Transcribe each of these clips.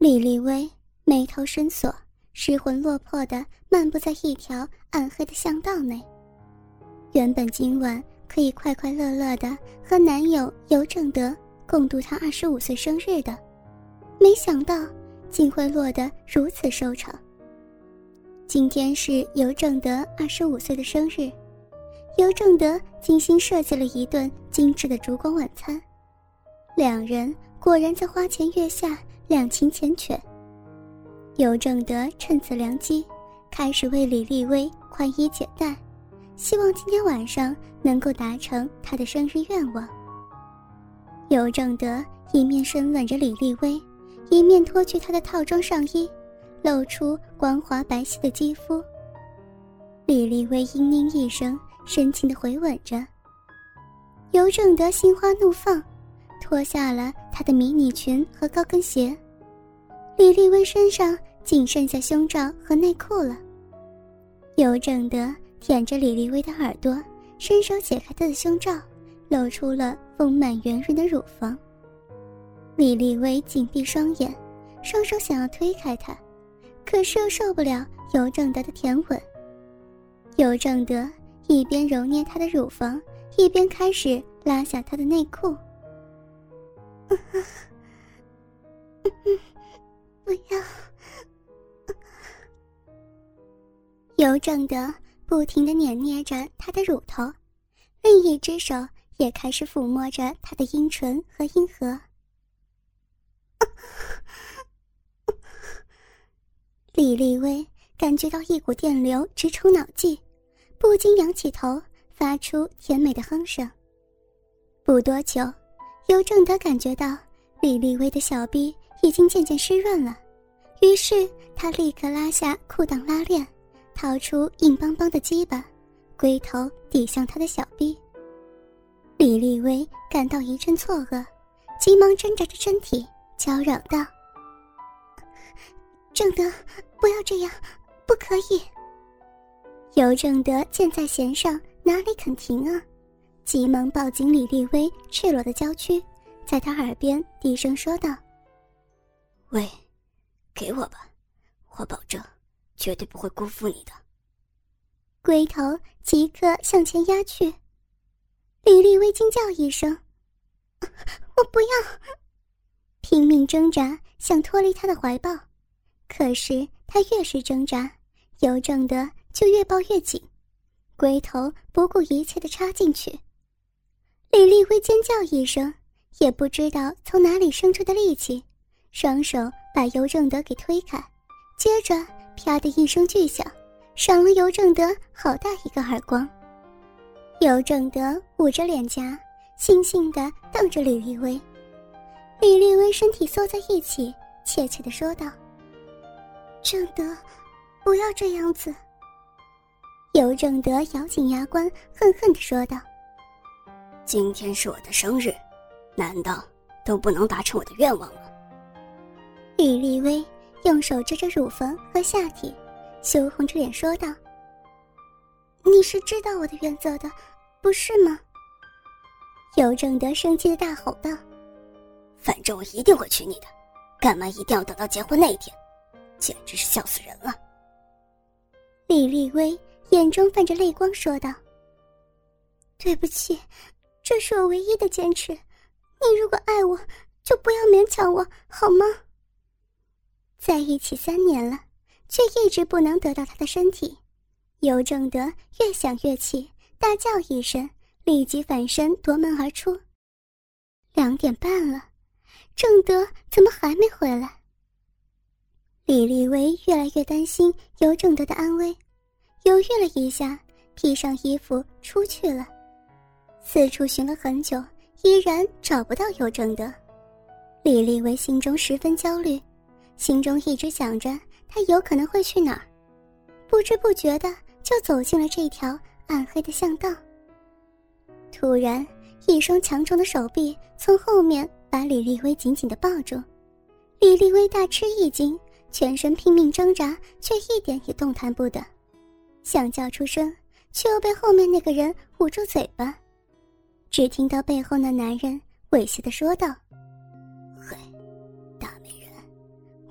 李立威眉头深锁，失魂落魄地漫步在一条暗黑的巷道内。原本今晚可以快快乐乐地和男友尤正德共度他25岁生日的，没想到竟会落得如此收场。今天是尤正德25岁的生日，尤正德精心设计了一顿精致的烛光晚餐，两人果然在花前月下两情缱绻。尤正德趁此良机开始为李立威宽衣解带，希望今天晚上能够达成他的生日愿望。尤正德一面深吻着李立威，一面脱去他的套装上衣，露出光滑白皙的肌肤。李立威嘤咛一声，深情地回吻着。尤正德心花怒放，脱下了他的迷你裙和高跟鞋。李立威身上仅剩下胸罩和内裤了。尤正德舔着李立威的耳朵，伸手解开他的胸罩，露出了丰满圆润的乳房。李立威紧闭双眼，双手想要推开他，可是又受不了尤正德的舔吻。尤正德一边揉捏他的乳房，一边开始拉下他的内裤。不要。尤正德不停地捻捏着他的乳头，另一只手也开始抚摸着他的阴唇和阴核。李立威感觉到一股电流直冲脑际，不禁仰起头，发出甜美的哼声。不多久，尤正德感觉到李立威的小臂已经渐渐湿润了，于是他立刻拉下裤裆拉链，掏出硬邦邦的鸡巴，龟头抵向他的小臂。李立威感到一阵错愕，急忙挣扎着身体，娇嚷道：正德，不要这样，不可以。尤正德箭在弦上，哪里肯停啊，急忙抱紧李立威赤裸的娇躯，在他耳边低声说道： 喂，给我吧，我保证绝对不会辜负你的。 龟头即刻向前压去。李立威惊叫一声：我不要！拼命挣扎，想脱离他的怀抱，可是他越是挣扎，尤正德就越抱越紧，龟头不顾一切地插进去。李立威尖叫一声，也不知道从哪里生出的力气，双手把尤正德给推开，接着啪的一声巨响，赏了尤正德好大一个耳光。尤正德捂着脸颊，悻悻地瞪着李立威。李立威身体缩在一起，怯怯地说道：正德，不要这样子。尤正德咬紧牙关，恨恨地说道： 今天是我的生日，难道都不能达成我的愿望了？ 李立威用手遮着乳房和下体，羞红着脸说道：你是知道我的原则的，不是吗？尤正德生气地大吼道： 反正我一定会娶你的，干嘛一定要等到结婚那一天？简直是笑死人了。 李立威眼中泛着泪光说道：对不起，这是我唯一的坚持，你如果爱我，就不要勉强我，好吗？在一起3年了，却一直不能得到他的身体。尤正德越想越气，大叫一声，立即反身夺门而出。2点半了，正德怎么还没回来？李立威越来越担心尤正德的安危，犹豫了一下，披上衣服出去了。四处寻了很久，依然找不到尤正德。李立威心中十分焦虑，心中一直想着他有可能会去哪儿，不知不觉的就走进了这条暗黑的巷道。突然，一双强壮的手臂从后面把李立威紧紧地抱住。李立威大吃一惊，全身拼命挣扎，却一点也动弹不得，想叫出声，却又被后面那个人捂住嘴巴。只听到背后那男人猥亵地说道： 嘿，大美人，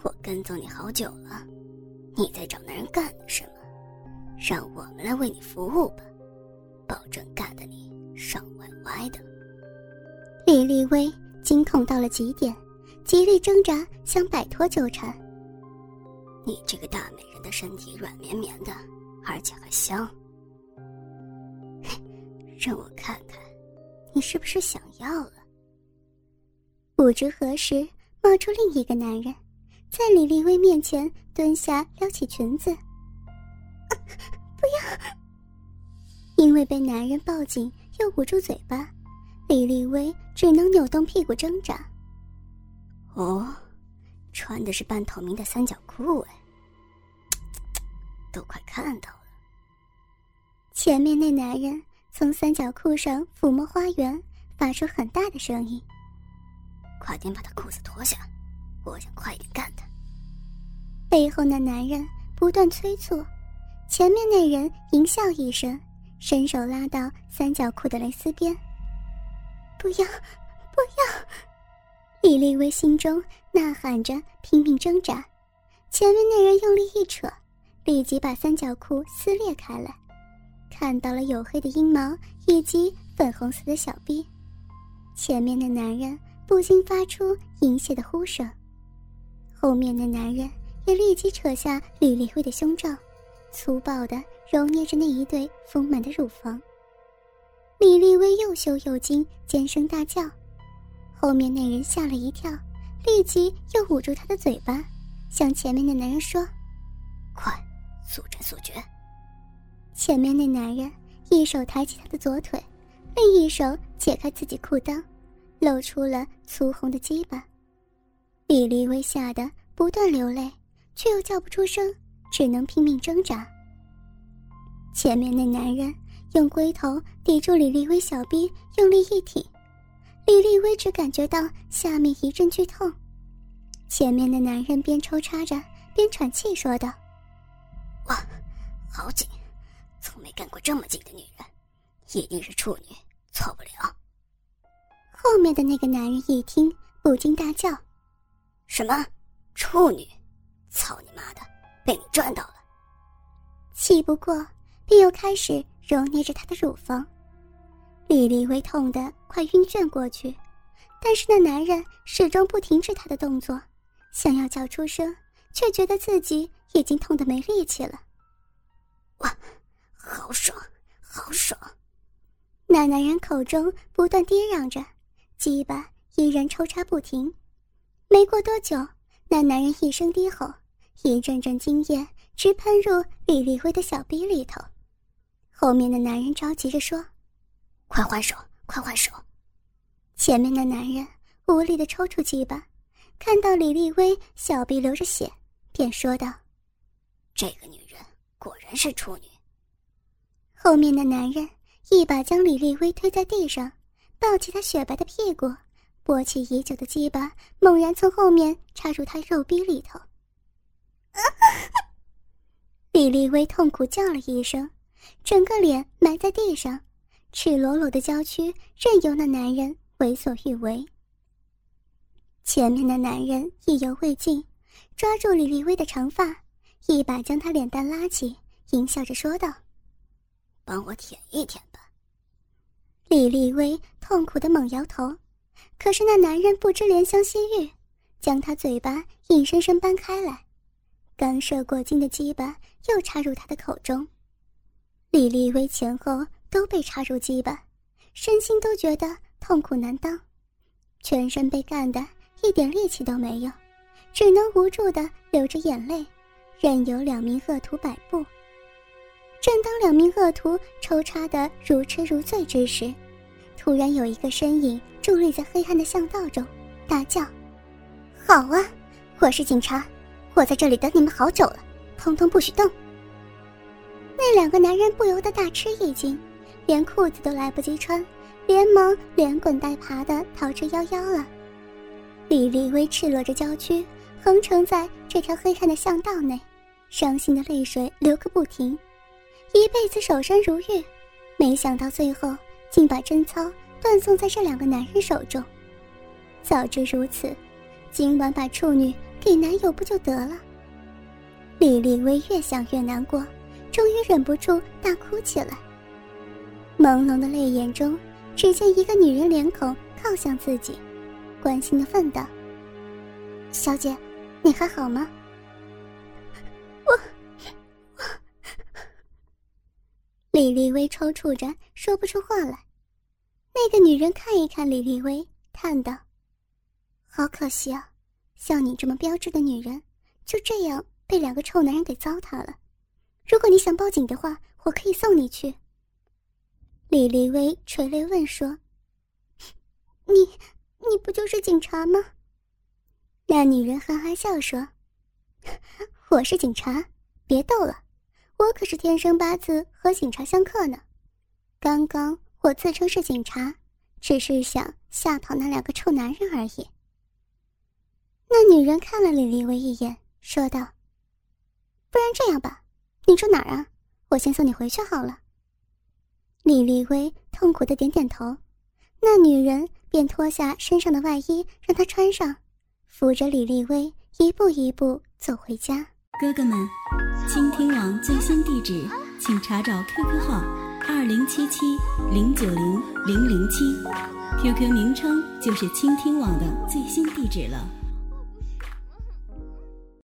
我跟踪你好久了，你在找男人干的什么？让我们来为你服务吧，保证干得你上歪歪的。 李丽薇惊恐到了极点，极力挣扎想摆脱纠缠。 你这个大美人的身体软绵绵的，而且还香。让我看看，你是不是想要了？ 不知何时冒出另一个男人，在李丽薇面前蹲下撩起裙子。不要！因为被男人抱紧又捂住嘴巴，李丽薇只能扭动屁股挣扎。 哦，穿的是半透明的三角裤哎，都快看到了。 前面那男人从三角裤上抚摸花园，发出很大的声音。 快点把他裤子脱下，我想快一点干他。 背后那男人不断催促，前面那人淫笑一声，伸手拉到三角裤的蕾丝边。不要，不要！李丽薇心中呐喊着，拼命挣扎。前面那人用力一扯，立即把三角裤撕裂开来，看到了黝黑的阴毛以及粉红色的小臂。前面的男人不禁发出淫亵的呼声，后面的男人也立即扯下李丽薇的胸罩，粗暴地揉捏着那一对丰满的乳房。李丽薇又羞又惊，尖声大叫。后面那人吓了一跳，立即又捂住她的嘴巴，向前面的男人说： 快，速战速决。 前面那男人一手抬起她的左腿，另一手解开自己裤裆，露出了粗红的鸡巴。李丽薇吓得不断流泪，却又叫不出声，只能拼命挣扎。前面那男人用龟头抵住李丽薇小臂，用力一挺，李丽薇只感觉到下面一阵剧痛。前面的男人边抽插着边喘气说道： 哇，好紧，从没干过这么紧的女人，一定是处女，错不了。 后面的那个男人一听，不禁大叫： 什么？处女？操你妈的，被你赚到了！ 气不过，便又开始揉捏着她的乳房。李丽薇痛得快晕眩过去，但是那男人始终不停止他的动作，想要叫出声，却觉得自己已经痛得没力气了。 哇，好爽，好爽！ 那男人口中不断跌嚷着，鸡巴依然抽插不停。没过多久，那男人一声低吼，一阵阵精液直喷入李丽薇的小逼里头。后面的男人着急着说： 快还手，快还手！ 前面的男人无力地抽出鸡巴，看到李丽薇小臂流着血，便说道： 这个女人果然是处女。 后面的男人一把将李丽薇推在地上，抱起她雪白的屁股，勃起已久的鸡巴猛然从后面插入她肉逼里头。李丽薇痛苦叫了一声，整个脸埋在地上，赤裸裸的娇躯任由那男人为所欲为。前面的男人意犹未尽，抓住李丽薇的长发，一把将她脸蛋拉起，淫笑着说道： 帮我舔一舔吧。 李丽薇痛苦地猛摇头，可是那男人不知怜香惜玉，将她嘴巴硬生生掰开来，刚射过精的鸡巴又插入她的口中。李丽薇前后都被插入鸡巴，身心都觉得痛苦难当，全身被干得一点力气都没有，只能无助地流着眼泪，任由两名恶徒摆布。正当两名恶徒抽插得如痴如醉之时，突然有一个身影伫立在黑暗的巷道中，大叫：好啊，我是警察，我在这里等你们好久了，通通不许动。那两个男人不由得大吃一惊，连裤子都来不及穿，连忙连滚带爬地逃之夭夭了。李丽薇赤裸着娇躯横撑在这条黑暗的巷道内，伤心的泪水流个不停，一辈子守身如玉，没想到最后竟把贞操断送在这两个男人手中。早知如此，今晚把处女给男友不就得了？李丽薇越想越难过，终于忍不住大哭起来。朦胧的泪眼中，只见一个女人脸孔靠向自己，关心地问道：小姐，你还好吗？我李丽薇抽搐着说不出话来。那个女人看一看李丽薇，叹道：好可惜啊，像你这么标致的女人，就这样被2个臭男人给糟蹋了。如果你想报警的话，我可以送你去。李丽薇垂泪问说：你不就是警察吗？那女人哈哈笑说：我是警察，别逗了，我可是天生八字和警察相克呢。刚刚我自称是警察，只是想吓跑那2个臭男人而已。那女人看了李丽薇一眼，说道：不然这样吧，你住哪儿啊？我先送你回去好了。李丽薇痛苦地点点头，那女人便脱下身上的外衣让她穿上，扶着李丽薇一步一步走回家。 哥哥们，倾听网最新地址请查找 QQ 号2077090007，QQ 名称就是倾听网的最新地址了。